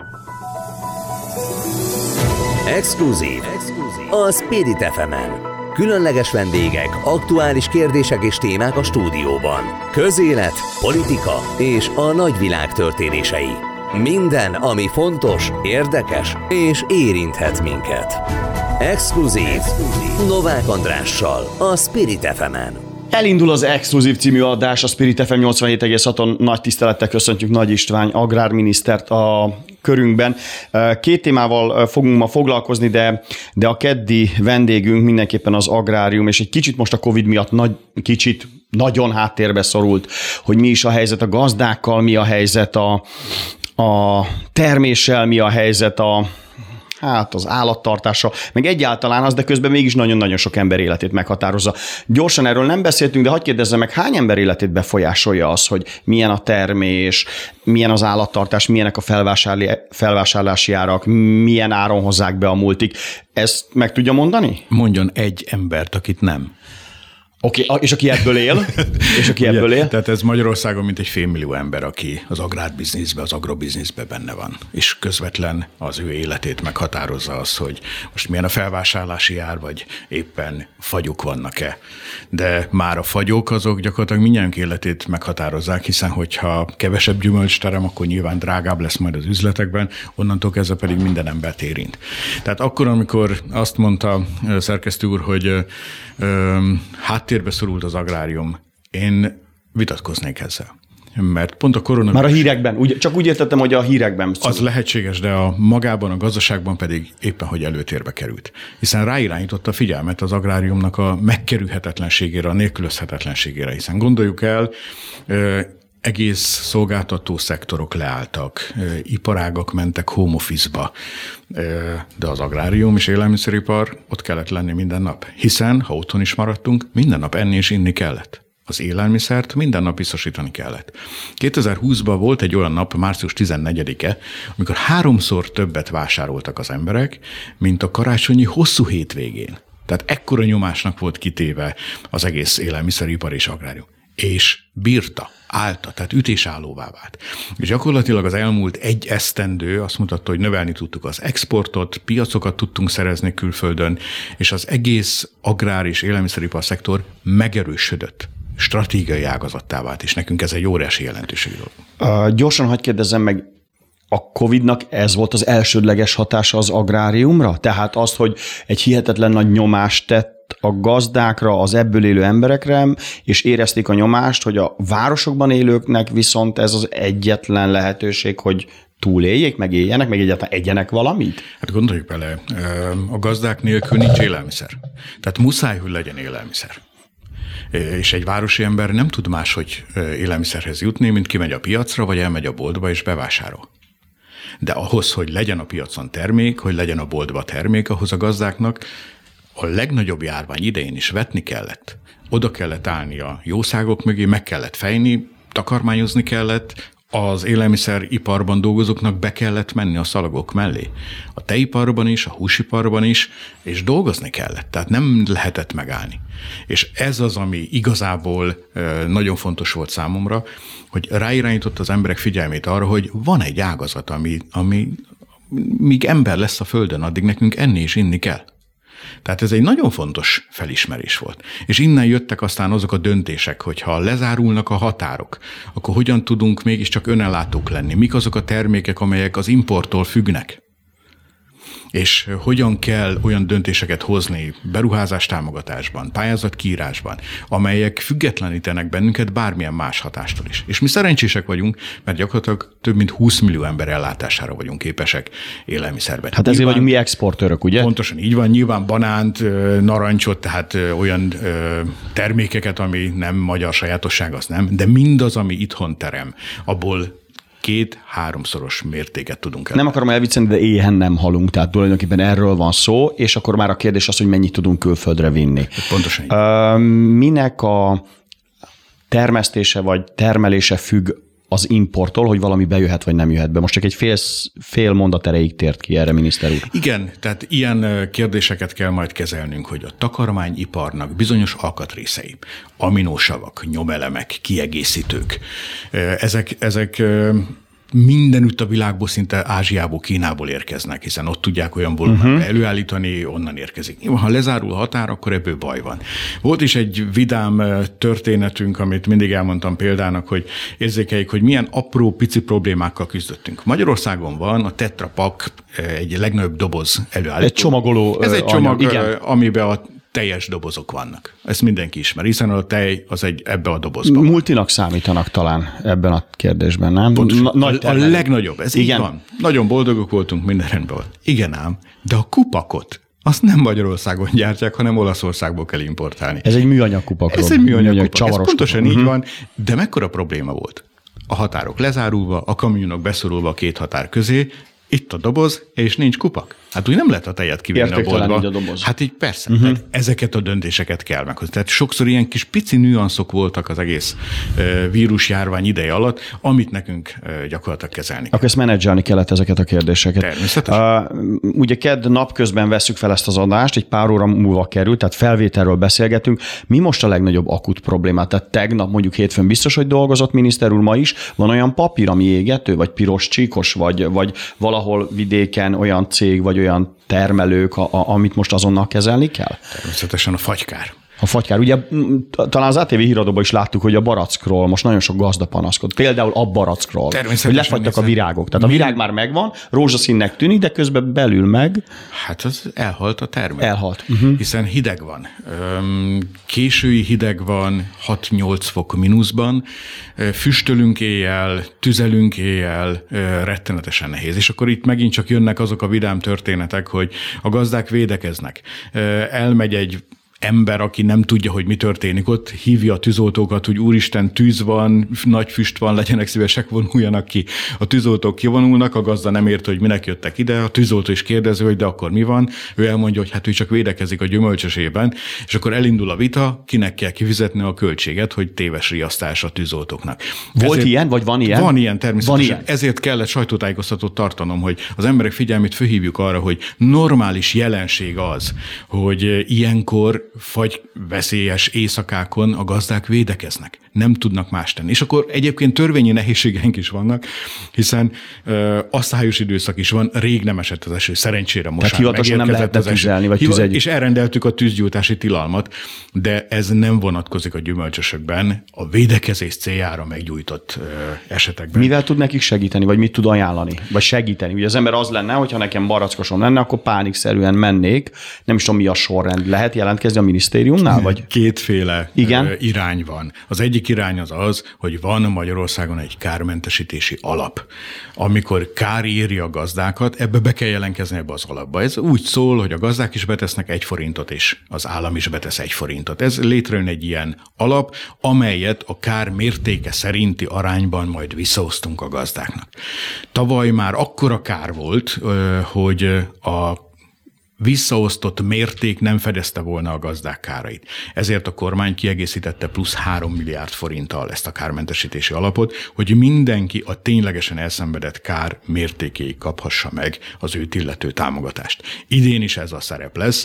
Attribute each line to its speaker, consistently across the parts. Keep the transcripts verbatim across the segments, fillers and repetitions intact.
Speaker 1: Exkluzív a Spirit ef emen. Különleges vendégek, aktuális kérdések és témák a stúdióban. Közélet, politika és a nagyvilág történései. Minden, ami fontos, érdekes és érinthet minket. Exkluzív Novák Andrással a Spirit ef emen.
Speaker 2: Elindul az Exkluzív című adás, a Spirit ef em nyolcvanhét egész haton. Nagy tisztelettel köszöntjük Nagy István agrárminisztert a körünkben. Két témával fogunk ma foglalkozni, de, de a keddi vendégünk mindenképpen az agrárium, és egy kicsit most a Covid miatt nagy, kicsit nagyon háttérbe szorult, hogy mi is a helyzet a gazdákkal, mi a helyzet a, a terméssel, mi a helyzet a hát az állattartása, meg egyáltalán az, de közben mégis nagyon-nagyon sok ember életét meghatározza. Gyorsan erről nem beszéltünk, de hadd kérdezzem meg, hány ember életét befolyásolja az, hogy milyen a termés, milyen az állattartás, milyenek a felvásárlási árak, milyen áron hozzák be a multik. Ezt meg tudja mondani?
Speaker 3: Mondjon egy embert, akit nem.
Speaker 2: Oké, okay, és aki ebből él? És aki ebből él?
Speaker 3: Tehát ez Magyarországon mint egy félmillió ember, aki az agrárbizniszben, az agrobizniszben benne van, és közvetlen az ő életét meghatározza az, hogy most milyen a felvásárlási ár, vagy éppen fagyok vannak-e. De már a fagyok azok gyakorlatilag mindjárt életét meghatározzák, hiszen hogyha kevesebb gyümölcs terem, akkor nyilván drágább lesz majd az üzletekben, onnantól kezdve pedig minden embert érint. Tehát akkor, amikor azt mondta szerkesztő úr, hogy háttérbe szorult az agrárium, én vitatkoznék ezzel. Mert pont a koronavírus...
Speaker 2: Már a hírekben, úgy, csak úgy értettem, hogy a hírekben szorult.
Speaker 3: Az lehetséges, de a magában, a gazdaságban pedig éppen, hogy előtérbe került. Hiszen ráirányította a figyelmet az agráriumnak a megkerülhetetlenségére, a nélkülözhetetlenségére. Hiszen gondoljuk el, egész szolgáltató szektorok leálltak, iparágak mentek home office-ba, de az agrárium és élelmiszeripar ott kellett lenni minden nap. Hiszen, ha otthon is maradtunk, minden nap enni és inni kellett. Az élelmiszert minden nap biztosítani kellett. kétezer-húszban volt egy olyan nap, március tizennegyedike, amikor háromszor többet vásároltak az emberek, mint a karácsonyi hosszú hétvégén. Tehát ekkora nyomásnak volt kitéve az egész élelmiszeripar és agrárium. És bírta, állta, tehát ütésállóvá vált. És gyakorlatilag az elmúlt egy esztendő azt mutatta, hogy növelni tudtuk az exportot, piacokat tudtunk szerezni külföldön, és az egész agrár és élelmiszeripar szektor megerősödött, stratégiai ágazattá vált, és nekünk ez egy óriási jelentőségű dolog.
Speaker 2: Uh, gyorsan hadd kérdezzem meg, a Covidnak ez volt az elsődleges hatása az agráriumra? Tehát az, hogy egy hihetetlen nagy nyomást tett a gazdákra, az ebből élő emberekre, és érezték a nyomást, hogy a városokban élőknek viszont ez az egyetlen lehetőség, hogy túléljék, meg éljenek, meg egyáltalán egyenek valamit?
Speaker 3: Hát gondoljuk bele, a gazdák nélkül nincs élelmiszer. Tehát muszáj, hogy legyen élelmiszer. És egy városi ember nem tud máshogy élelmiszerhez jutni, mint kimegy a piacra, vagy elmegy a boltba és bevásárol. De ahhoz, hogy legyen a piacon termék, hogy legyen a boltba termék, ahhoz a gazdáknak a legnagyobb járvány idején is vetni kellett. Oda kellett állni a jószágok mögé, meg kellett fejni, takarmányozni kellett, az élelmiszeriparban dolgozóknak be kellett menni a szalagok mellé. A tejiparban is, a húsiparban is, és dolgozni kellett, tehát nem lehetett megállni. És ez az, ami igazából nagyon fontos volt számomra, hogy ráirányított az emberek figyelmét arra, hogy van egy ágazat, ami, ami míg ember lesz a földön, addig nekünk enni és inni kell. Tehát ez egy nagyon fontos felismerés volt. És innen jöttek aztán azok a döntések, hogy ha lezárulnak a határok, akkor hogyan tudunk mégiscsak önellátók lenni? Mik azok a termékek, amelyek az importtól függnek? És hogyan kell olyan döntéseket hozni beruházás támogatásban, pályázatkiírásban, amelyek függetlenítenek bennünket bármilyen más hatástól is. És mi szerencsések vagyunk, mert gyakorlatilag több mint húsz millió ember ellátására vagyunk képesek élelmiszerben.
Speaker 2: Hát ezért nyilván, vagyunk mi exportőrök, ugye?
Speaker 3: Pontosan így van, nyilván banánt, narancsot, tehát olyan termékeket, ami nem magyar sajátosság, az nem, de mindaz, ami itthon terem, abból két-háromszoros mértéket tudunk el.
Speaker 2: Nem akarom elviccelni, de éhen nem halunk, tehát tulajdonképpen erről van szó, és akkor már a kérdés az, hogy mennyit tudunk külföldre vinni.
Speaker 3: Pontosan.
Speaker 2: Uh, minek a termesztése vagy termelése függ az importtól, hogy valami bejöhet vagy nem jöhet be? Most csak egy fél, fél mondat erejéig tért ki erre, miniszter úr.
Speaker 3: Igen, tehát ilyen kérdéseket kell majd kezelnünk, hogy a takarmányiparnak bizonyos alkatrészei, aminósavak, nyomelemek, kiegészítők, ezek, ezek mindenütt a világból, szinte Ázsiából, Kínából érkeznek, hiszen ott tudják olyan volumenben uh-huh. előállítani, onnan érkezik. Ha lezárul a határ, akkor ebből baj van. Volt is egy vidám történetünk, amit mindig elmondtam példának, hogy érzékeljük, hogy milyen apró, pici problémákkal küzdöttünk. Magyarországon van a Tetra Pak, egy legnagyobb doboz előállító.
Speaker 2: Egy csomagoló
Speaker 3: Ez egy csomag,
Speaker 2: anyag, igen.
Speaker 3: amiben a teljes dobozok vannak. Ezt mindenki ismer, hiszen a tej az egy ebbe a dobozban.
Speaker 2: Multinak számítanak talán ebben a kérdésben, nem?
Speaker 3: Na, nagy a, a legnagyobb, ez igen. Így van. Nagyon boldogok voltunk, minden rendben volt. Igen ám, de a kupakot azt nem Magyarországon gyártják, hanem Olaszországból kell importálni.
Speaker 2: Ez egy műanyag kupakról.
Speaker 3: Ez egy műanyag kupak, ez pontosan
Speaker 2: kupak.
Speaker 3: így
Speaker 2: uh-huh.
Speaker 3: van, de mekkora probléma volt? A határok lezárulva, a kamionok beszorulva a két határ közé, itt a doboz, és nincs kupak. Hát úgy nem lehet a tejet kivinni a boltba.
Speaker 2: A doboz.
Speaker 3: Hát így persze. Uh-huh. Ezeket a döntéseket kell meghozni. Tehát sokszor ilyen kis pici nüanszok voltak az egész uh, vírusjárvány ideje alatt, amit nekünk uh, gyakorlatilag kezelni kell.
Speaker 2: Akkor ezt menedzselni kellett ezeket a kérdéseket.
Speaker 3: Természetesen.
Speaker 2: Uh, ugye kedd napközben vesszük fel ezt az adást, egy pár óra múlva kerül, tehát felvételről beszélgetünk. Mi most a legnagyobb akut problémát? Tehát tegnap, mondjuk hétfőn biztos, hogy dolgozott miniszter úr, ma is. Van olyan papír, ami égető, vagy piros csíkos, vagy, vagy valahol vidéken olyan cég, vagy olyan termelők, a, a, amit most azonnal kezelni kell?
Speaker 3: Természetesen a fagykár.
Speaker 2: A fagykár. Ugye talán az á té vé híradóban is láttuk, hogy a barackról most nagyon sok gazda panaszkod. Például a barackról, hogy lefagytak a virágok. Tehát a virág már megvan, rózsaszínnek tűnik, de közben belül meg...
Speaker 3: Hát az elhalt a termő.
Speaker 2: Elhalt. Uh-huh.
Speaker 3: Hiszen hideg van. Késői hideg van, hat-nyolc fok mínuszban, füstölünk éjjel, tüzelünk éjjel, rettenetesen nehéz. És akkor itt megint csak jönnek azok a vidám történetek, hogy a gazdák védekeznek. Elmegy egy ember, aki nem tudja, hogy mi történik ott, hívja a tűzoltókat, hogy úristen, tűz van, nagy füst van, legyenek szívesek, vonuljanak ki. A tűzoltók kivonulnak, a gazda nem érte, hogy minek jöttek ide, a tűzoltó is kérdezi, hogy de akkor mi van. Ő elmondja, hogy hát ő csak védekezik a gyümölcsösében, és akkor elindul a vita, kinek kell kifizetni a költséget, hogy téves riasztás a tűzoltóknak.
Speaker 2: Volt Ezért, ilyen, vagy van ilyen?
Speaker 3: Van ilyen természetesen.
Speaker 2: Van ilyen.
Speaker 3: Ezért kellett sajtótájékoztatót tartanom, hogy az emberek figyelmét fölhívjuk arra, hogy normális jelenség az, hogy ilyenkor vagy veszélyes éjszakákon a gazdák védekeznek. Nem tudnak más tenni. És akkor egyébként törvényi nehézségeink is vannak, hiszen ö, asszályos időszak is van, rég nem esett az eső, szerencsére most
Speaker 2: Tehát hivatalosan nem lehetne tüzelni, vagy tüzelni.
Speaker 3: És elrendeltük a tűzgyújtási tilalmat, de ez nem vonatkozik a gyümölcsösökben a védekezés céljára meggyújtott ö, esetekben.
Speaker 2: Mivel tud nekik segíteni, vagy mit tud ajánlani, vagy segíteni? Ugye az ember az lenne, hogyha nekem barackosom lenne, akkor pánikszerűen mennék, nem is tudom, mi a sorrend. Lehet jelentkezni a minisztériumnál? Vagy?
Speaker 3: Kétféle
Speaker 2: Igen?
Speaker 3: irány van. Az egyik irány az az, hogy van Magyarországon egy kármentesítési alap. Amikor kár éri a gazdákat, ebbe be kell jelentkezni ebbe az alapba. Ez úgy szól, hogy a gazdák is betesznek egy forintot, és az állam is betesz egy forintot. Ez létrejön egy ilyen alap, amelyet a kár mértéke szerinti arányban majd visszaosztunk a gazdáknak. Tavaly már akkora kár volt, hogy a visszaosztott mérték nem fedezte volna a gazdák kárait. Ezért a kormány kiegészítette plusz három milliárd forinttal ezt a kármentesítési alapot, hogy mindenki a ténylegesen elszenvedett kár mértékéig kaphassa meg az őt illető támogatást. Idén is ez a szerep lesz.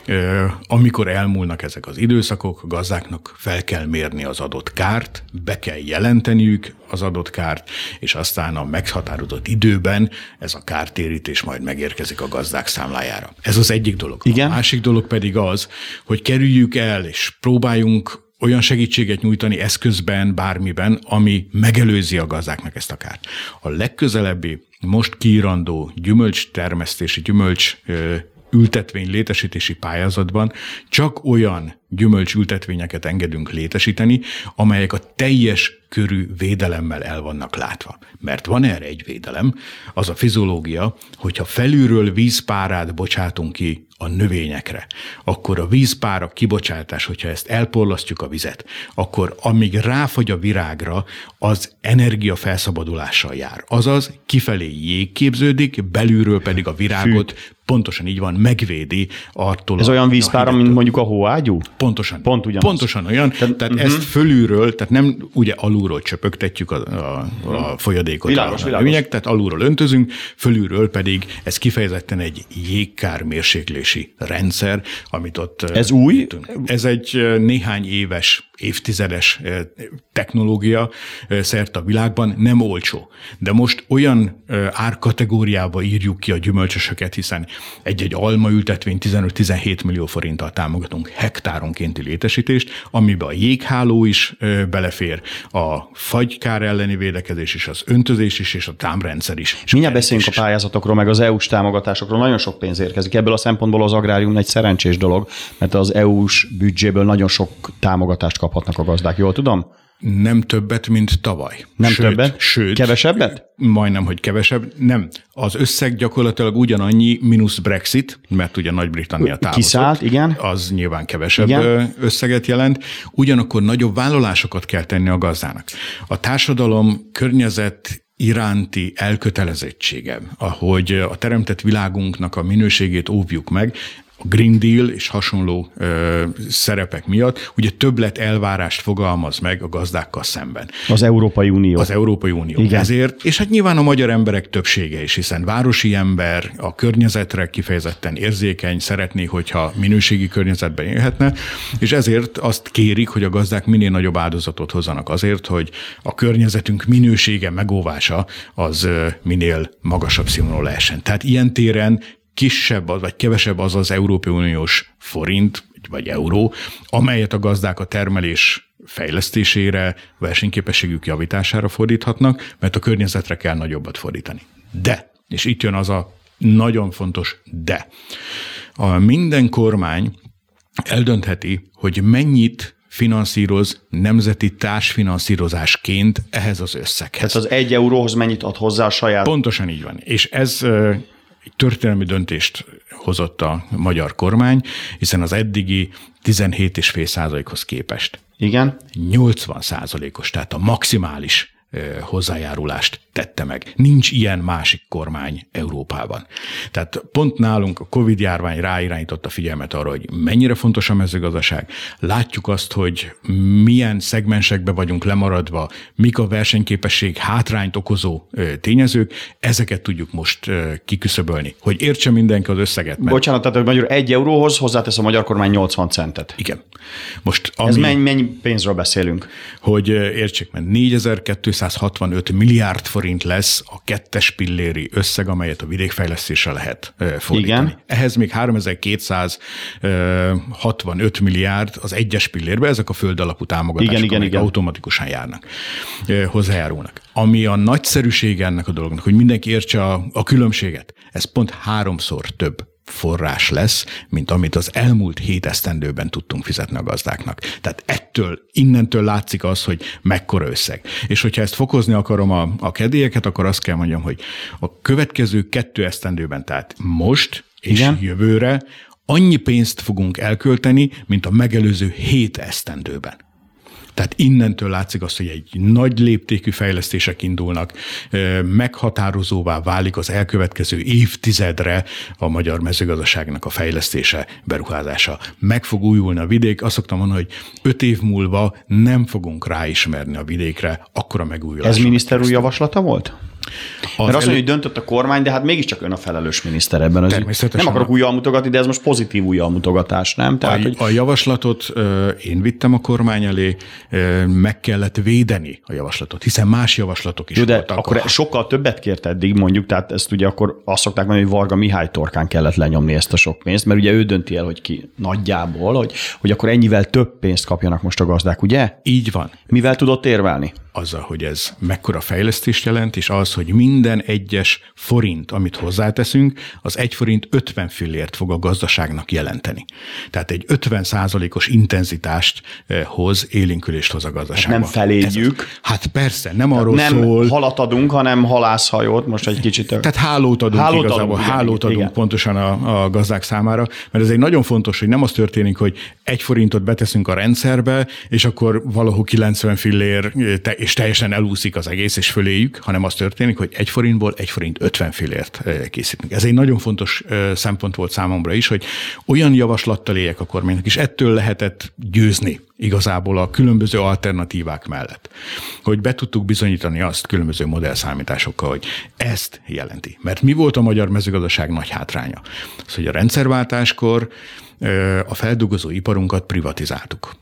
Speaker 3: Amikor elmúlnak ezek az időszakok, a gazdáknak fel kell mérni az adott kárt, be kell jelenteniük az adott kárt, és aztán a meghatározott időben ez a kártérítés majd megérkezik a gazdák számlájára. Ez az egyik dolog.
Speaker 2: Igen?
Speaker 3: A másik dolog pedig az, hogy kerüljük el, és próbáljunk olyan segítséget nyújtani eszközben, bármiben, ami megelőzi a gazdáknak ezt a kárt. A legközelebbi, most kiírandó gyümölcstermesztési, gyümölcs ültetvény létesítési pályázatban csak olyan gyümölcsültetvényeket engedünk létesíteni, amelyek a teljes körű védelemmel el vannak látva. Mert van erre egy védelem, az a fiziológia, hogyha felülről vízpárát bocsátunk ki a növényekre, akkor a vízpára kibocsátás, hogyha ezt elporlasztjuk a vizet, akkor amíg ráfagy a virágra, az energia felszabadulással jár. Azaz kifelé jég képződik, belülről pedig a virágot Fűt. pontosan így van, megvédi attól.
Speaker 2: Ez a, olyan vízpára, mint mondjuk a hóágyú?
Speaker 3: Pontosan.
Speaker 2: Pont ugyanaz.
Speaker 3: Pontosan olyan. Tehát, tehát uh-huh. ezt fölülről, tehát nem ugye alulról csöpögtetjük a, a, a folyadékot.
Speaker 2: Világos,
Speaker 3: a
Speaker 2: világos.
Speaker 3: Növények, tehát alulról öntözünk, fölülről pedig ez kifejezetten egy jégkármérséklési rendszer, amit ott...
Speaker 2: Ez új?
Speaker 3: Ütünk. Ez egy néhány éves, évtizedes technológia szerte a világban, nem olcsó. De most olyan árkategóriába írjuk ki a gyümölcsösöket, hiszen egy-egy almaültetvény tizenöt-tizenhét millió forinttal támogatunk hektáronkénti létesítést, amiben a jégháló is belefér, a fagykár elleni védekezés is, az öntözés is, és a támrendszer is.
Speaker 2: És mindjárt beszéljünk a pályázatokról, meg az é u-s támogatásokról, nagyon sok pénz érkezik. Ebből a szempontból az agrárium egy szerencsés dolog, mert az é u-s büdzséből nagyon sok támogatást kaphatnak a gazdák, jól tudom?
Speaker 3: Nem többet, mint tavaly.
Speaker 2: Nem
Speaker 3: sőt,
Speaker 2: többet?
Speaker 3: Sőt.
Speaker 2: Kevesebbet?
Speaker 3: Majdnem, hogy kevesebb. Nem. Az összeg gyakorlatilag ugyanannyi mínusz Brexit, mert ugye Nagy-Britannia távozott.
Speaker 2: Kiszállt, igen.
Speaker 3: Az nyilván kevesebb
Speaker 2: igen.
Speaker 3: összeget jelent. Ugyanakkor nagyobb vállalásokat kell tenni a gazdának. A társadalom környezet iránti elkötelezettsége, ahogy a teremtett világunknak a minőségét óvjuk meg, a Green Deal és hasonló ö, szerepek miatt ugye többlet elvárást fogalmaz meg a gazdákkal szemben.
Speaker 2: Az Európai Unió.
Speaker 3: Az Európai Unió. Igen. Ezért, és hát nyilván a magyar emberek többsége is, hiszen városi ember a környezetre kifejezetten érzékeny, szeretné, hogyha minőségi környezetben élhetne, és ezért azt kérik, hogy a gazdák minél nagyobb áldozatot hozzanak azért, hogy a környezetünk minősége megóvása az minél magasabb színvonalú lehessen. Tehát ilyen téren kisebb az, vagy kevesebb az az Európai Uniós forint, vagy euró, amelyet a gazdák a termelés fejlesztésére, versenyképességük javítására fordíthatnak, mert a környezetre kell nagyobbat fordítani. De, és itt jön az a nagyon fontos de. A minden kormány eldöntheti, hogy mennyit finanszíroz nemzeti társfinanszírozásként ehhez az összeghez.
Speaker 2: Tehát az egy euróhoz mennyit ad hozzá a saját...
Speaker 3: Pontosan így van. És ez egy történelmi döntést hozott a magyar kormány, hiszen az eddigi tizenhét egész öt százalékhoz képest.
Speaker 2: Igen.
Speaker 3: nyolcvan százalékos, tehát a maximális hozzájárulást tette meg. Nincs ilyen másik kormány Európában. Tehát pont nálunk a Covid-járvány ráirányította figyelmet arra, hogy mennyire fontos a mezőgazdaság. Látjuk azt, hogy milyen szegmensekbe vagyunk lemaradva, mik a versenyképesség hátrányt okozó tényezők, ezeket tudjuk most kiküszöbölni. Hogy értse mindenki az összeget. Mert...
Speaker 2: Bocsánat, tehát hogy magyar egy euróhoz hozzátesz a magyar kormány nyolcvan centet.
Speaker 3: Igen. Most, ami...
Speaker 2: Ez mennyi, mennyi pénzről beszélünk?
Speaker 3: Hogy értsék, mert négyezer-kétszázhatvanöt milliárd forint lesz a kettes pilléri összeg, amelyet a vidékfejlesztésre lehet fordítani. Igen. Ehhez még háromezer-kétszázhatvanöt milliárd az egyes pillérbe, ezek a föld alapú támogatások, igen, amelyek igen, automatikusan járnak, hozzájárulnak. Ami a nagyszerűsége ennek a dolognak, hogy mindenki értse a, a különbséget, ez pont háromszor több forrás lesz, mint amit az elmúlt hét esztendőben tudtunk fizetni a gazdáknak. Tehát ettől, innentől látszik az, hogy mekkora összeg. És hogyha ezt fokozni akarom a, a kedélyeket, akkor azt kell mondjam, hogy a következő kettő esztendőben, tehát most és igen, jövőre annyi pénzt fogunk elkölteni, mint a megelőző hét esztendőben. Tehát innentől látszik az, hogy egy nagy léptékű fejlesztések indulnak, meghatározóvá válik az elkövetkező évtizedre a magyar mezőgazdaságnak a fejlesztése, beruházása. Meg fog újulni a vidék, azt szoktam mondani, hogy öt év múlva nem fogunk ráismerni a vidékre, akkora megújulás.
Speaker 2: Ez miniszter új javaslata volt? Az Mert azt mondja, hogy döntött a kormány, de hát mégiscsak ön a felelős miniszter ebben. Az nem akarok újjal mutogatni, de ez most pozitív újjal mutogatás, nem? Tehát,
Speaker 3: a,
Speaker 2: hogy...
Speaker 3: a javaslatot ö, én vittem a kormány elé, ö, meg kellett védeni a javaslatot, hiszen más javaslatok is
Speaker 2: Jó, de
Speaker 3: voltak.
Speaker 2: akkor
Speaker 3: a...
Speaker 2: sokkal többet kért eddig mondjuk, tehát ezt ugye akkor azt szokták mondani, hogy Varga Mihály torkán kellett lenyomni ezt a sok pénzt, mert ugye ő dönti el, hogy ki nagyjából, hogy, hogy akkor ennyivel több pénzt kapjanak most a gazdák, ugye?
Speaker 3: Így van.
Speaker 2: Mivel tudott érvelni?
Speaker 3: Azzal, hogy ez mekkora fejlesztést jelent, és az, hogy minden egyes forint, amit hozzáteszünk, az egy forint ötven fillért fog a gazdaságnak jelenteni. Tehát egy ötven százalékos intenzitást hoz, élénkülést hoz a gazdaságban.
Speaker 2: Nem feléljük.
Speaker 3: Hát persze, nem arról
Speaker 2: nem
Speaker 3: szól.
Speaker 2: Nem halat adunk, hanem halászhajót, most egy kicsit.
Speaker 3: Tehát hálót adunk hálót igazából, adunk, hálót igen, adunk igen. pontosan a, a gazdák számára, mert ez egy nagyon fontos, hogy nem az történik, hogy egy forintot beteszünk a rendszerbe, és akkor valahol kilencven fillér és teljesen elúszik az egész, és föléjük, hanem az történik, hogy egy forintból egy forint ötven fillért készítünk. Ez egy nagyon fontos szempont volt számomra is, hogy olyan javaslattal éljek a kormánynak, és ettől lehetett győzni igazából a különböző alternatívák mellett. Hogy be tudtuk bizonyítani azt különböző modellszámításokkal, hogy ezt jelenti. Mert mi volt a magyar mezőgazdaság nagy hátránya? Az, hogy a rendszerváltáskor a feldolgozó iparunkat privatizáltuk.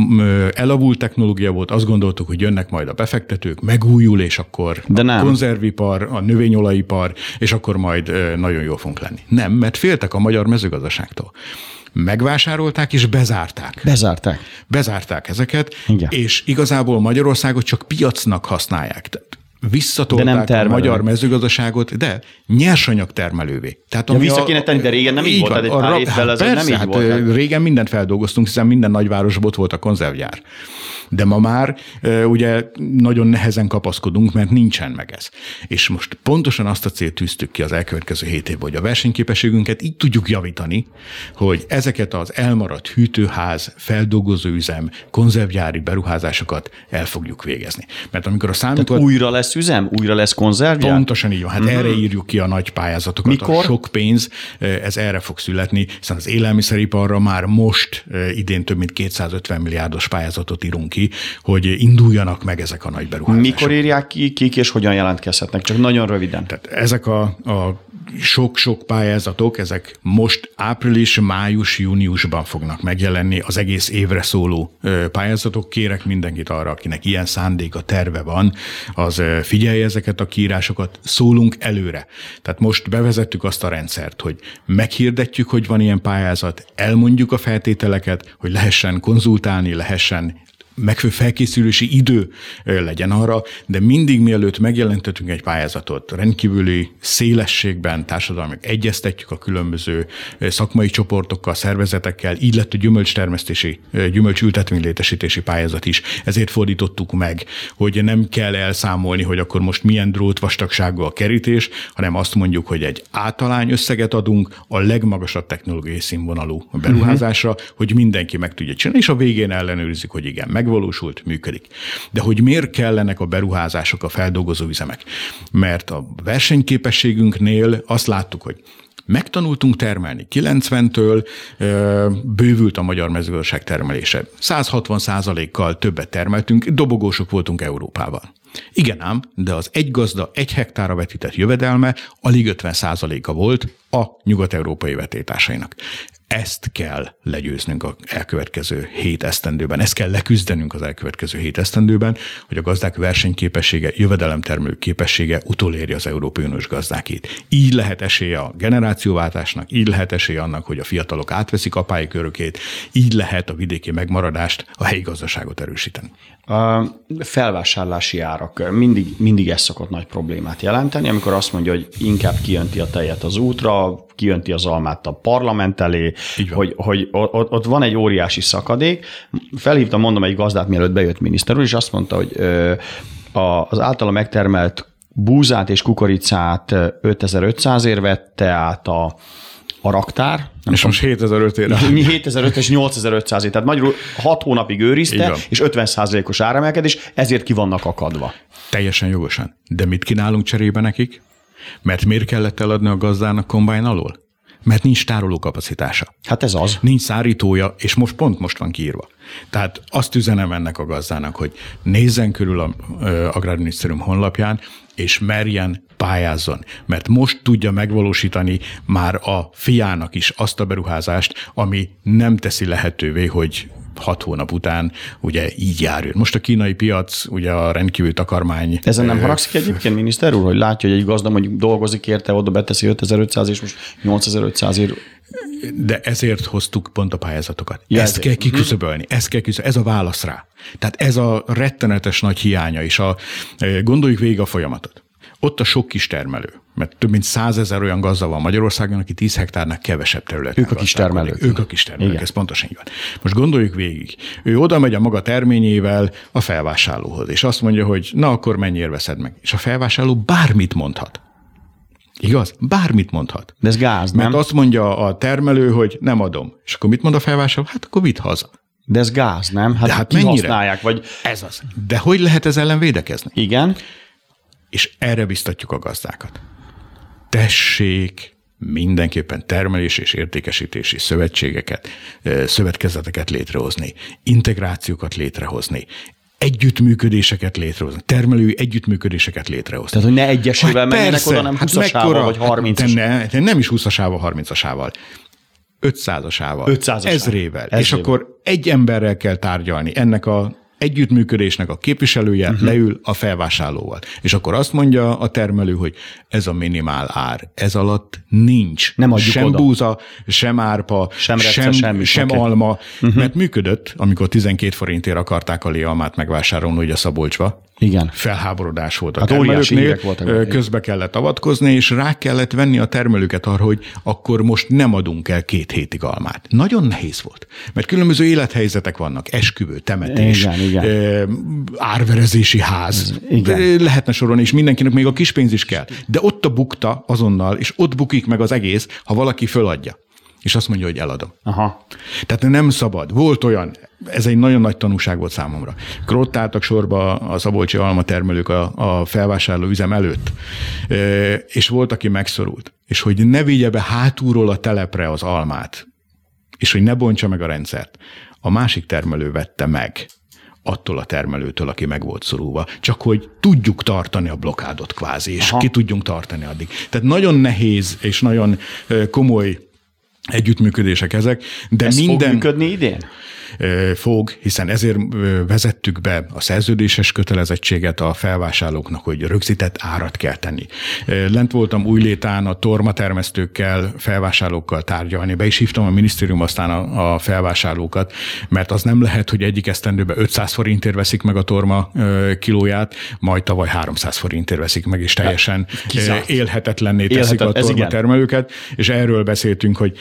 Speaker 3: Elavult technológia volt, azt gondoltuk, hogy jönnek majd a befektetők, megújul, és akkor
Speaker 2: De
Speaker 3: a
Speaker 2: nem.
Speaker 3: konzervipar, a növényolajipar, és akkor majd nagyon jól fogunk lenni. Nem, mert féltek a magyar mezőgazdaságtól. Megvásárolták és bezárták.
Speaker 2: Bezárták.
Speaker 3: Bezárták ezeket,
Speaker 2: Igen.
Speaker 3: és igazából Magyarországot csak piacnak használják. Visszatolták
Speaker 2: de nem
Speaker 3: a magyar mezőgazdaságot, de nyersanyag termelővé. Tehát
Speaker 2: ja, vissza kéne tenni, de régen nem így, így volt. Van, egy pár évvel
Speaker 3: hát persze, nem így hát volt. Régen mindent feldolgoztunk, hiszen minden nagyvárosban ott volt a konzervgyár. De ma már ugye nagyon nehezen kapaszkodunk, mert nincsen meg ez. És most pontosan azt a célt tűztük ki az elkövetkező hét évben, hogy a versenyképességünket így tudjuk javítani, hogy ezeket az elmaradt hűtőház, feldolgozóüzem, konzervgyári beruházásokat el fogjuk végezni. Mert amikor a számítógép...
Speaker 2: Tehát újra lesz üzem? Újra lesz konzervgyár?
Speaker 3: Pontosan így van. Hát mm-hmm. erre írjuk ki a nagy pályázatokat.
Speaker 2: Mikor?
Speaker 3: A sok pénz, ez erre fog születni, hiszen az élelmiszeriparra már most idén több mint kétszázötven milliárdos pályázatot írunk ki, hogy induljanak meg ezek a nagy beruházások.
Speaker 2: Mikor írják ki, kik és hogyan jelentkezhetnek? Csak nagyon röviden.
Speaker 3: Tehát ezek a, a sok-sok pályázatok, ezek most április, május, júniusban fognak megjelenni, az egész évre szóló pályázatok. Kérek mindenkit arra, akinek ilyen szándéka, terve van, az figyelje ezeket a kiírásokat, szólunk előre. Tehát most bevezettük azt a rendszert, hogy meghirdetjük, hogy van ilyen pályázat, elmondjuk a feltételeket, hogy lehessen konzultálni, lehessen megfelelő felkészülési idő legyen arra, de mindig mielőtt megjelentetünk egy pályázatot, rendkívüli szélességben társadalmi egyeztetjük a különböző szakmai csoportokkal, szervezetekkel, így lett a gyümölcstermesztési, gyümölcsültetvénylétesítési pályázat is. Ezért fordítottuk meg, hogy nem kell elszámolni, hogy akkor most milyen drótvastagságú a kerítés, hanem azt mondjuk, hogy egy általány összeget adunk a legmagasabb technológiai színvonalú beruházásra, uh-huh. hogy mindenki meg tudja csinálni, és a végén ellenőrizik, hogy igen, megvalósult, működik. De hogy miért kellenek a beruházások, a feldolgozó üzemek? Mert a versenyképességünknél azt láttuk, hogy megtanultunk termelni. kilencventől bővült a magyar mezőgazdaság termelése. száz hatvan százalékkal többet termeltünk, dobogósok voltunk Európában. Igen ám, de az egy gazda egy hektára vetített jövedelme alig ötven százaléka volt a nyugat-európai vetétársainak. Ezt kell legyőznünk az elkövetkező hét esztendőben, ezt kell leküzdenünk az elkövetkező hét esztendőben, hogy a gazdák versenyképessége, jövedelemtermelő képessége utolérje az Európai Uniós gazdákét. Így lehet esélye a generációváltásnak, így lehet esélye annak, hogy a fiatalok átveszik apái körökét, így lehet a vidéki megmaradást, a helyi gazdaságot erősíteni.
Speaker 2: A felvásárlási árak mindig, mindig ez szokott nagy problémát jelenteni, amikor azt mondja, hogy inkább kijönti a tejet az útra, kijönti az almát a parlament elé, hogy, hogy ott, ott van egy óriási szakadék. Felhívtam, mondom, egy gazdát, mielőtt bejött miniszter úr, és azt mondta, hogy az általa megtermelt búzát és kukoricát ötezer-ötszázért vette át a a raktár.
Speaker 3: És most hétezer-ötszázért.
Speaker 2: hétezer-ötszáz és nyolcezer-ötszázért. Tehát magyarul hat hónapig őrizte, és ötven százalékos áremelkedés, ezért ki vannak akadva.
Speaker 3: Teljesen jogosan. De mit kínálunk cserébe nekik? Mert miért kellett eladni a gazdának kombájn alól? Mert nincs tárolókapacitása.
Speaker 2: Hát ez az.
Speaker 3: Nincs szárítója, és most pont most van kiírva. Tehát azt üzenem ennek a gazdának, hogy nézzen körül a Agrárminisztérium honlapján, és merjen, pályázzon. Mert most tudja megvalósítani már a fiának is azt a beruházást, ami nem teszi lehetővé, hogy hat hónap után ugye így járjon. Most a kínai piac, ugye a rendkívül takarmány.
Speaker 2: Ezen nem haragszik egyébként, miniszter úr, hogy látja, hogy egy gazda mondjuk dolgozik érte, oda beteszi ötezer-ötszáz és most nyolcezer-ötszázért.
Speaker 3: De ezért hoztuk pont a pályázatokat. Ja, ezt ezért. kell kiküszöbölni, ezt kell kiküszöbölni, ez a válasz rá. Tehát ez a rettenetes nagy hiánya is. A, gondoljuk végig a folyamatot. Ott a sok kis termelő, mert több mint százezer olyan gazda van Magyarországon, aki tíz hektárnak kevesebb területen.
Speaker 2: Ők a kis termelők.
Speaker 3: Ők a kis termelők, ez pontosan így van. Most gondoljuk végig. Ő oda megy a maga terményével a felvásárlóhoz, és azt mondja, hogy na akkor mennyire veszed meg. És a felvásárló bármit mondhat. Igaz? Bármit mondhat.
Speaker 2: De ez gáz,
Speaker 3: Mert
Speaker 2: nem?
Speaker 3: azt mondja a termelő, hogy nem adom. És akkor mit mond a felvásárló? Hát akkor vidd haza.
Speaker 2: De ez gáz, nem? Hát,
Speaker 3: De hát
Speaker 2: kihasználják, vagy...
Speaker 3: Ez az. De hogy lehet ez ellen védekezni?
Speaker 2: Igen.
Speaker 3: És erre biztatjuk a gazdákat. Tessék mindenképpen termelés és értékesítési szövetségeket, szövetkezeteket létrehozni, integrációkat létrehozni, együttműködéseket létrehozni, termelői együttműködéseket létrehozni.
Speaker 2: Tehát, hogy ne egyesével
Speaker 3: hát
Speaker 2: menjenek
Speaker 3: persze,
Speaker 2: oda, nem huszasával,
Speaker 3: hát
Speaker 2: vagy harmincas.
Speaker 3: Hát ne, nem is huszasával, harmincasával. ötszázasával,
Speaker 2: ötszázasával.
Speaker 3: ezrével.
Speaker 2: ezrével. És
Speaker 3: akkor egy emberrel kell tárgyalni. Ennek a együttműködésnek a képviselője uh-huh. leül a felvásárlóval. És akkor azt mondja a termelő, hogy ez a minimál ár. Ez alatt nincs
Speaker 2: nem
Speaker 3: sem
Speaker 2: oda.
Speaker 3: búza, sem árpa,
Speaker 2: sem, recce,
Speaker 3: sem,
Speaker 2: semmi.
Speaker 3: sem
Speaker 2: okay.
Speaker 3: alma. Uh-huh. Mert működött, amikor tizenkét forintért akarták a léalmát megvásárolni, ugye Szabolcsba.
Speaker 2: Igen.
Speaker 3: Felháborodás volt a
Speaker 2: hát
Speaker 3: termelőknél, közbe kellett avatkozni, és rá kellett venni a termelőket arra, hogy akkor most nem adunk el két hétig almát. Nagyon nehéz volt, mert különböző élethelyzetek vannak, esküvő, temetés,
Speaker 2: igen, igen.
Speaker 3: árverezési ház, igen. lehetne sorolni, és mindenkinek még a kispénz is kell. De ott a bukta azonnal, és ott bukik meg az egész, ha valaki föladja. És azt mondja, hogy eladom.
Speaker 2: Aha.
Speaker 3: Tehát nem szabad. Volt olyan, ez egy nagyon nagy tanúság volt számomra. Ott álltak sorba a szabolcsi almatermelők a, a felvásárló üzem előtt, és volt, aki megszorult. És hogy ne vigye be hátulról a telepre az almát, és hogy ne bontsa meg a rendszert. A másik termelő vette meg attól a termelőtől, aki meg volt szorulva. Csak hogy tudjuk tartani a blokádot kvázi, és Aha. ki tudjunk tartani addig. Tehát nagyon nehéz és nagyon komoly együttműködések ezek, de
Speaker 2: Ez
Speaker 3: minden...
Speaker 2: fog működni idén?
Speaker 3: Fog, hiszen ezért vezettük be a szerződéses kötelezettséget a felvásárlóknak, hogy rögzített árat kell tenni. Lent voltam Újlétán a tormatermesztőkkel, felvásárlókkal tárgyalni, be is hívtam a minisztérium aztán a, a felvásárlókat, mert az nem lehet, hogy egyik esztendőben ötszáz forintért veszik meg a torma kilóját, majd tavaly háromszáz forintért veszik meg, és teljesen Kizárt. élhetetlenné teszik Élhetet, a tormatermelőket, és erről beszéltünk, hogy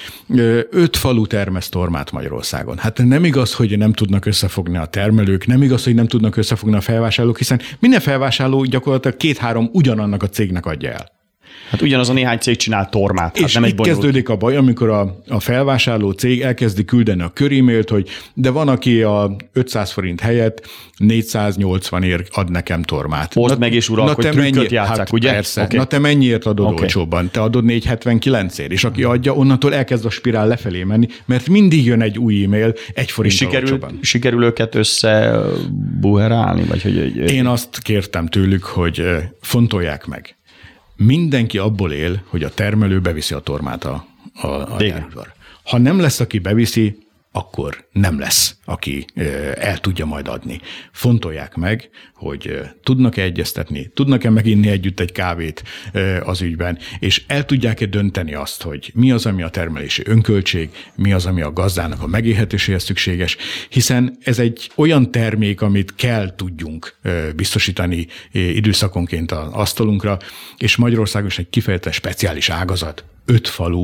Speaker 3: öt falu termesz tormát Magyarországon. Hát nem igaz, hogy nem tudnak összefogni a termelők, nem igaz, hogy nem tudnak összefogni a felvásárlók, hiszen minden felvásárló gyakorlatilag két-három ugyanannak a cégnek adja el.
Speaker 2: Hát ugyanaz a néhány cég csinál tormát. Hát
Speaker 3: és
Speaker 2: nem
Speaker 3: itt
Speaker 2: egy bonyolult.
Speaker 3: Kezdődik a baj, amikor a, a felvásárló cég elkezdi küldeni a körímélt, hogy de van, aki a ötszáz forint helyett négyszáznyolcvanért ad nekem tormát.
Speaker 2: Oszd meg és urak, hogy trükköt játsszák,
Speaker 3: hát
Speaker 2: ugye?
Speaker 3: Persze.
Speaker 2: Okay.
Speaker 3: Na te mennyiért adod
Speaker 2: okay.
Speaker 3: olcsóbban? Te adod négyszázhetvenkilencért, és aki adja, onnantól elkezd a spirál lefelé menni, mert mindig jön egy új e-mail egy forinttal
Speaker 2: sikerül,
Speaker 3: olcsóban.
Speaker 2: Sikerül őket összebuherálni? Vagy hogy...
Speaker 3: Én azt kértem tőlük, hogy fontolják meg. Mindenki abból él, hogy a termelő beviszi a tormát a, a, a gyárba. Ha nem lesz, aki beviszi, akkor nem lesz, aki el tudja majd adni. Fontolják meg, hogy tudnak-e egyeztetni, tudnak-e meginni együtt egy kávét az ügyben, és el tudják-e dönteni azt, hogy mi az, ami a termelési önköltség, mi az, ami a gazdának a megélhetéséhez szükséges, hiszen ez egy olyan termék, amit kell tudjunk biztosítani időszakonként az asztalunkra, és Magyarországon is egy kifejezetten speciális ágazat, öt falu,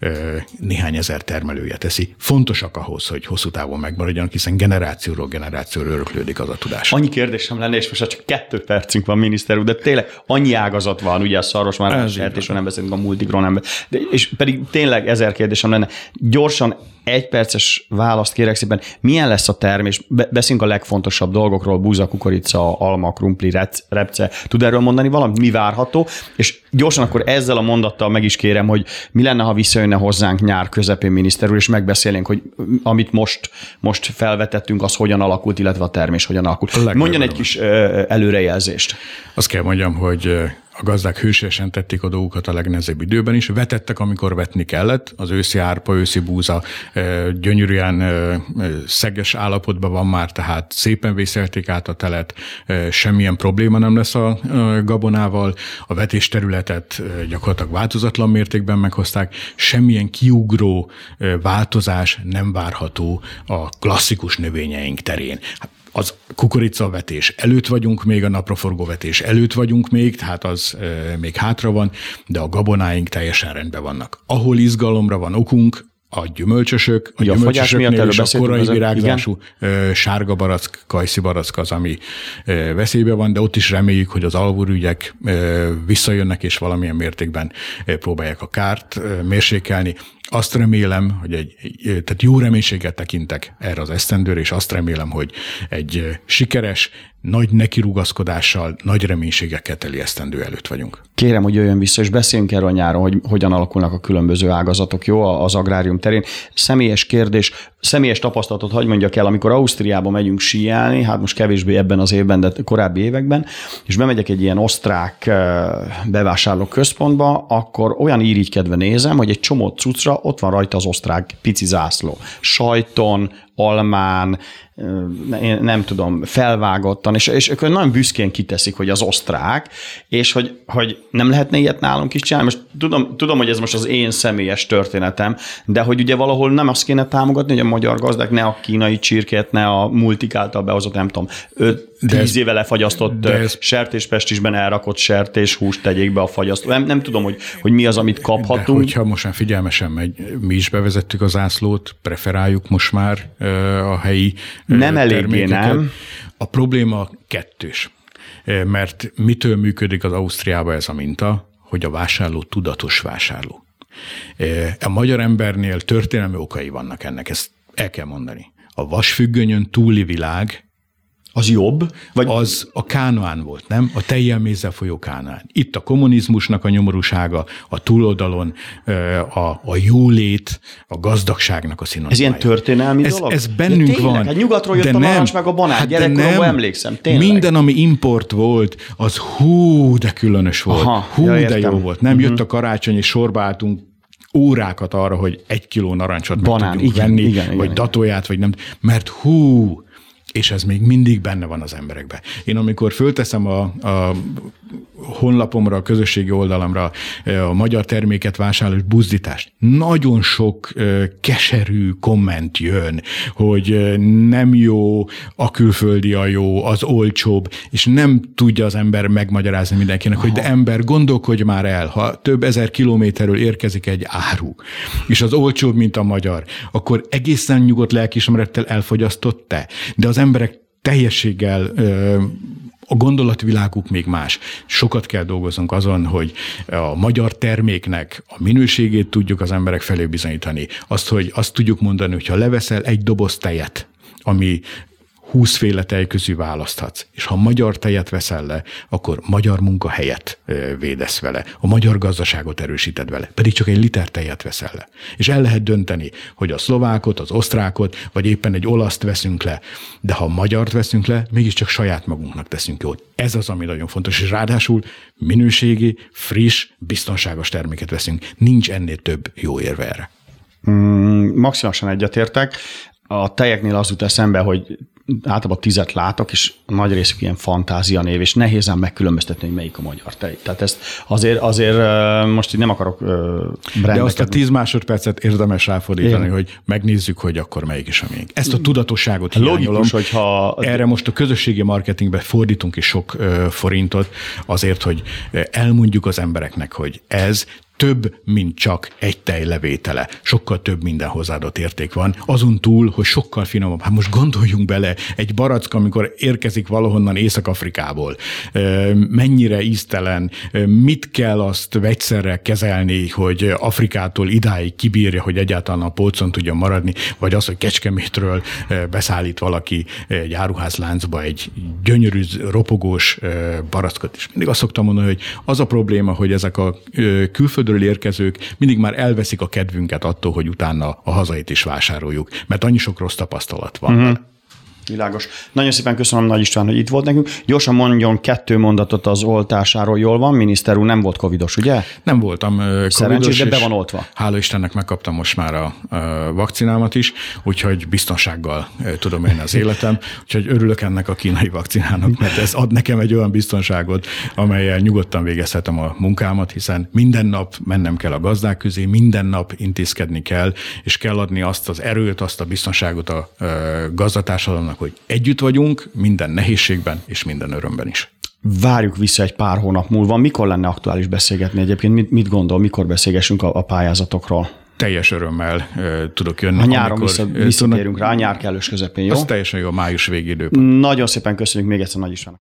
Speaker 3: néhány ezer termelője teszi. Fontosak ahhoz, hogy hosszú távon megmaradjanak, hiszen generációról generációra öröklődik az a tudás.
Speaker 2: Annyi kérdésem lenne, és most csak kettő percünk van, miniszter úr, de tényleg annyi ágazat van, ugye a szarvasmarha sertésről nem beszélünk, a multikról nem beszélünk, és pedig tényleg ezer kérdésem lenne. Gyorsan egy perces választ kérek szépen. Milyen lesz a termés? Beszélünk a legfontosabb dolgokról, búza, kukorica, alma, krumpli, repce. Tud erről mondani valamit? Mi várható? És gyorsan akkor ezzel a mondattal meg is kérem, hogy mi lenne, ha visszajönne hozzánk nyár közepén, miniszter úr, és megbeszélnénk, hogy amit most, most felvetettünk, az hogyan alakult, illetve a termés hogyan alakult. Mondjon egy kis előrejelzést.
Speaker 3: Azt kell mondjam, hogy a gazdák hősiesen tették a dolgukat a legnehezebb időben is. Vetettek, amikor vetni kellett. Az őszi árpa, őszi búza gyönyörűen szeges állapotban van már, tehát szépen vészelték át a telet, semmilyen probléma nem lesz a gabonával. A vetésterületet gyakorlatilag változatlan mértékben meghozták. Semmilyen kiugró változás nem várható a klasszikus növényeink terén. Az kukoricavetés előtt vagyunk még, a napraforgóvetés előtt vagyunk még, tehát az e, még hátra van, de a gabonáink teljesen rendben vannak. Ahol izgalomra van okunk, a gyümölcsösök, a ja, gyümölcsösöknél is a korai virágzású e, sárga barack, kajszi barack az, ami e, veszélybe van, de ott is reméljük, hogy az alvóürügyek e, visszajönnek, és valamilyen mértékben e, próbálják a kárt e, mérsékelni. azt remélem, hogy egy, tehát jó reménységet tekintek erre az esztendőre, és azt remélem, hogy egy sikeres, nagy nekirugaszkodással, nagy reménységekkel teli esztendő előtt vagyunk.
Speaker 2: Kérem, hogy jöjjön vissza, és beszéljünk erről nyáron, hogy hogyan alakulnak a különböző ágazatok, jó, az agrárium terén. Személyes kérdés, személyes tapasztalatot hagy mondjak el, amikor Ausztriába megyünk síelni, hát most kevésbé ebben az évben, de korábbi években, és bemegyek egy ilyen osztrák bevásárló központba, akkor olyan irigykedve nézem, hogy egy csomó cuccra ott van rajta az osztrák pici zászló. Sajton, almán, nem tudom, felvágottan, és, és ők nagyon büszkén kiteszik, hogy az osztrák, és hogy, hogy nem lehetne ilyet nálunk is csinálni. Most tudom, tudom, hogy ez most az én személyes történetem, de hogy ugye valahol nem azt kéne támogatni, hogy a magyar gazdák ne a kínai csirkét, ne a multik által behozott, nem tudom, tíz éve lefagyasztott ez... sertéspestisben elrakott sertéshúst tegyék be a fagyasztó. Nem, nem tudom, hogy, hogy mi az, amit kaphatunk.
Speaker 3: De hogyha most már figyelmesen megy, mi is bevezettük az zászlót, preferáljuk most már a helyi
Speaker 2: nem eléggé, nem.
Speaker 3: A probléma kettős, mert mitől működik az Ausztriában ez a minta, hogy a vásárló tudatos vásárló. A magyar embernél történelmi okai vannak ennek, ezt el kell mondani. A vasfüggönyön túli világ
Speaker 2: az jobb?
Speaker 3: Vagy az a Kánaán volt, nem? A tejjel mézzel folyó Kánaán. Itt a kommunizmusnak a nyomorúsága, a túloldalon a, a jólét, a gazdagságnak a szinonímája.
Speaker 2: Ez ilyen történelmi
Speaker 3: ez,
Speaker 2: dolog?
Speaker 3: Ez bennünk
Speaker 2: ja,
Speaker 3: van.
Speaker 2: Hát nyugatról jött a narancs meg a banán, hát gyerekkoromban emlékszem, tényleg.
Speaker 3: Minden, ami import volt, az hú, de különös volt. Aha, hú, ja, de jó volt. Nem uh-huh. Jött a karácsony, és sorba álltunk órákat arra, hogy egy kiló narancsot
Speaker 2: banán,
Speaker 3: meg tudjuk
Speaker 2: igen,
Speaker 3: venni,
Speaker 2: igen,
Speaker 3: vagy
Speaker 2: igen,
Speaker 3: datóját, vagy nem. Mert hú, és ez még mindig benne van az emberekben. Én amikor fölteszem a, a honlapomra, a közösségi oldalamra a magyar terméket vásárlós buzdítást, nagyon sok keserű komment jön, hogy nem jó, a külföldi a jó, az olcsóbb, és nem tudja az ember megmagyarázni mindenkinek, Aha. hogy de ember, gondolkodj már el, ha több ezer kilométerről érkezik egy áru, és az olcsóbb, mint a magyar, akkor egészen nyugodt lelkiismerettel elfogyasztott te, de az emberek teljességgel a gondolatviláguk még más. Sokat kell dolgoznunk azon, hogy a magyar terméknek a minőségét tudjuk az emberek felé bizonyítani. Azt, hogy azt tudjuk mondani, hogy ha leveszel egy doboz tejet, ami húszféle tej közül választhatsz, és ha magyar tejet veszel le, akkor magyar munkahelyet védesz vele, a magyar gazdaságot erősíted vele, pedig csak egy liter tejet veszel le. És el lehet dönteni, hogy a szlovákot, az osztrákot, vagy éppen egy olaszt veszünk le, de ha a magyart veszünk le, mégiscsak saját magunknak teszünk jót. Ez az, ami nagyon fontos, és ráadásul minőségi, friss, biztonságos terméket veszünk. Nincs ennél több jó érve erre.
Speaker 2: Mm, maximálisan egyetértek. A tejeknél az jut eszembe, hogy általában tizet látok, és nagy részük ilyen fantázia név, és nehéz ám megkülönböztetni, hogy melyik a magyar tej. Tehát ezt azért, azért most így nem akarok brandeket.
Speaker 3: De azt a tíz másodpercet érdemes ráfordítani, Igen. hogy megnézzük, hogy akkor melyik is a miénk. Ezt a tudatosságot hiányolom.
Speaker 2: Logikus, hogyha...
Speaker 3: Erre most a közösségi marketingben fordítunk is sok forintot azért, hogy elmondjuk az embereknek, hogy ez több, mint csak egy tejlevétele. Sokkal több minden hozzáadott érték van. Azon túl, hogy sokkal finomabb. Hát most gondoljunk bele, egy baracka, amikor érkezik valahonnan Észak-Afrikából, mennyire íztelen, mit kell azt vegyszerrel kezelni, hogy Afrikától idáig kibírja, hogy egyáltalán a polcon tudjon maradni, vagy az, hogy Kecskemétről beszállít valaki egy áruházláncba egy gyönyörű, ropogós barackot. És mindig azt szoktam mondani, hogy az a probléma, hogy ezek a külföldről érkezők mindig már elveszik a kedvünket attól, hogy utána a hazait is vásároljuk, mert annyi sok rossz tapasztalat van. Mm-hmm.
Speaker 2: Világos. Nagyon szépen köszönöm Nagy István, hogy itt volt nekünk. Gyorsan mondjon kettő mondatot az oltásáról. Jól van? Miniszter úr nem volt covidos, ugye?
Speaker 3: Nem voltam covidos.
Speaker 2: Szerencsés, de be van oltva.
Speaker 3: Hála Istennek megkaptam most már a, a vakcinámat is, úgyhogy biztonsággal tudom élni az életem. Úgyhogy örülök ennek a kínai vakcinának, mert ez ad nekem egy olyan biztonságot, amellyel nyugodtan végezhetem a munkámat, hiszen minden nap mennem kell a gazdák közé, minden nap intézkedni kell, és kell adni azt az erőt, azt a biztonságot a, a gazdatársadalomnak, hogy együtt vagyunk minden nehézségben és minden örömben is.
Speaker 2: Várjuk vissza egy pár hónap múlva. Mikor lenne aktuális beszélgetni egyébként? Mit, mit gondol, mikor beszélgessünk a, a pályázatokról?
Speaker 3: Teljes örömmel uh, tudok jönni.
Speaker 2: A nyáron vissza, visszatérünk rá, a nyár kellős közepén, jó?
Speaker 3: Az teljesen jó, a május végi időpont.
Speaker 2: Nagyon szépen köszönjük még egyszer Nagy Istvánnak.